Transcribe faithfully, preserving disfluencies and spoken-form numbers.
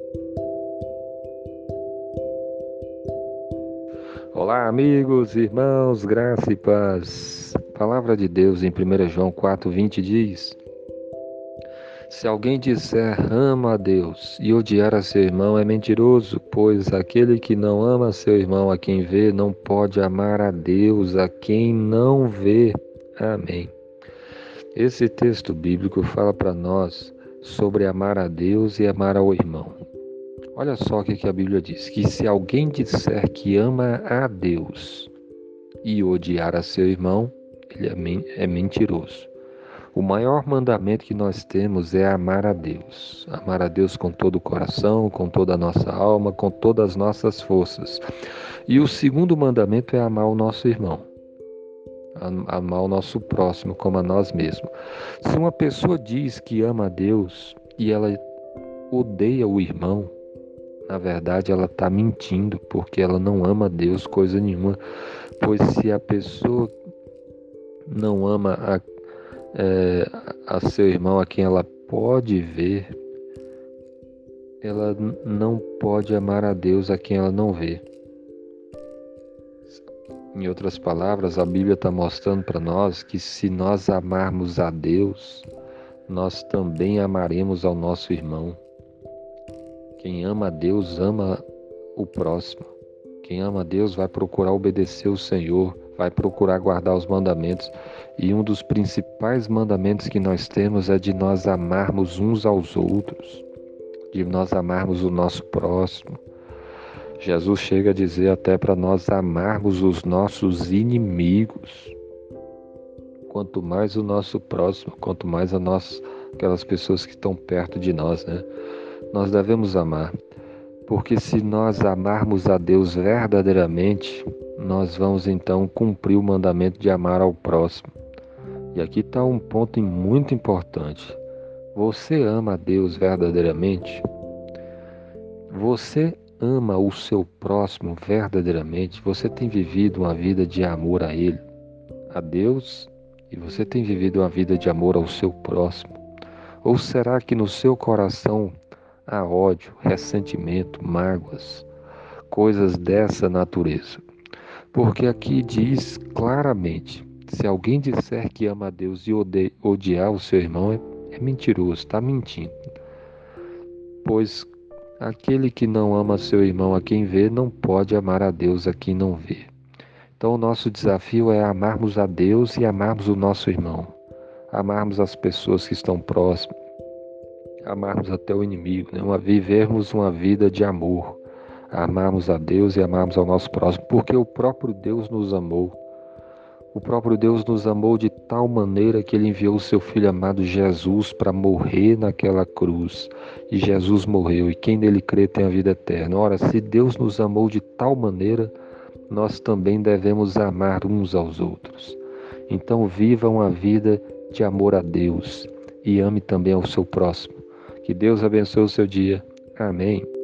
Olá, amigos, irmãos, graça e paz. Palavra de Deus em primeiro João quatro, vinte diz: Se alguém disser ama a Deus e odiar a seu irmão é mentiroso, pois aquele que não ama seu irmão a quem vê não pode amar a Deus a quem não vê. Amém. Esse texto bíblico fala para nós sobre amar a Deus e amar ao irmão. Olha só o que a Bíblia diz, que se alguém disser que ama a Deus e odiar a seu irmão, ele é mentiroso. O maior mandamento que nós temos é amar a Deus. Amar a Deus com todo o coração, com toda a nossa alma, com todas as nossas forças. E o segundo mandamento é amar o nosso irmão. Amar o nosso próximo como a nós mesmos. Se uma pessoa diz que ama a Deus e ela odeia o irmão, na verdade ela está mentindo, porque ela não ama a Deus coisa nenhuma. Pois se a pessoa não ama a, é, a seu irmão a quem ela pode ver, ela não pode amar a Deus a quem ela não vê. Em outras palavras, a Bíblia está mostrando para nós que se nós amarmos a Deus, nós também amaremos ao nosso irmão. Quem ama a Deus ama o próximo. Quem ama a Deus vai procurar obedecer o Senhor, vai procurar guardar os mandamentos. E um dos principais mandamentos que nós temos é de nós amarmos uns aos outros, de nós amarmos o nosso próximo. Jesus chega a dizer até para nós amarmos os nossos inimigos. Quanto mais o nosso próximo, quanto mais a nós, aquelas pessoas que estão perto de nós, né? Nós devemos amar. Porque se nós amarmos a Deus verdadeiramente, nós vamos então cumprir o mandamento de amar ao próximo. E aqui está um ponto muito importante. Você ama a Deus verdadeiramente? Você ama o seu próximo verdadeiramente? Você tem vivido uma vida de amor a Ele, a Deus, e você tem vivido uma vida de amor ao seu próximo? Ou será que no seu coração há ódio, ressentimento, mágoas, coisas dessa natureza? Porque aqui diz claramente, se alguém disser que ama a Deus e ode- odiar o seu irmão, é, é mentiroso, está mentindo. Pois aquele que não ama seu irmão a quem vê, não pode amar a Deus a quem não vê. Então o nosso desafio é amarmos a Deus e amarmos o nosso irmão. Amarmos as pessoas que estão próximas. Amarmos até o inimigo, né? Uma, vivermos uma vida de amor. Amarmos a Deus e amarmos ao nosso próximo. Porque o próprio Deus nos amou. O próprio Deus nos amou de tal maneira que Ele enviou o seu Filho amado Jesus para morrer naquela cruz. E Jesus morreu, e quem nele crê tem a vida eterna. Ora, se Deus nos amou de tal maneira, nós também devemos amar uns aos outros. Então viva uma vida de amor a Deus e ame também ao seu próximo. Que Deus abençoe o seu dia. Amém.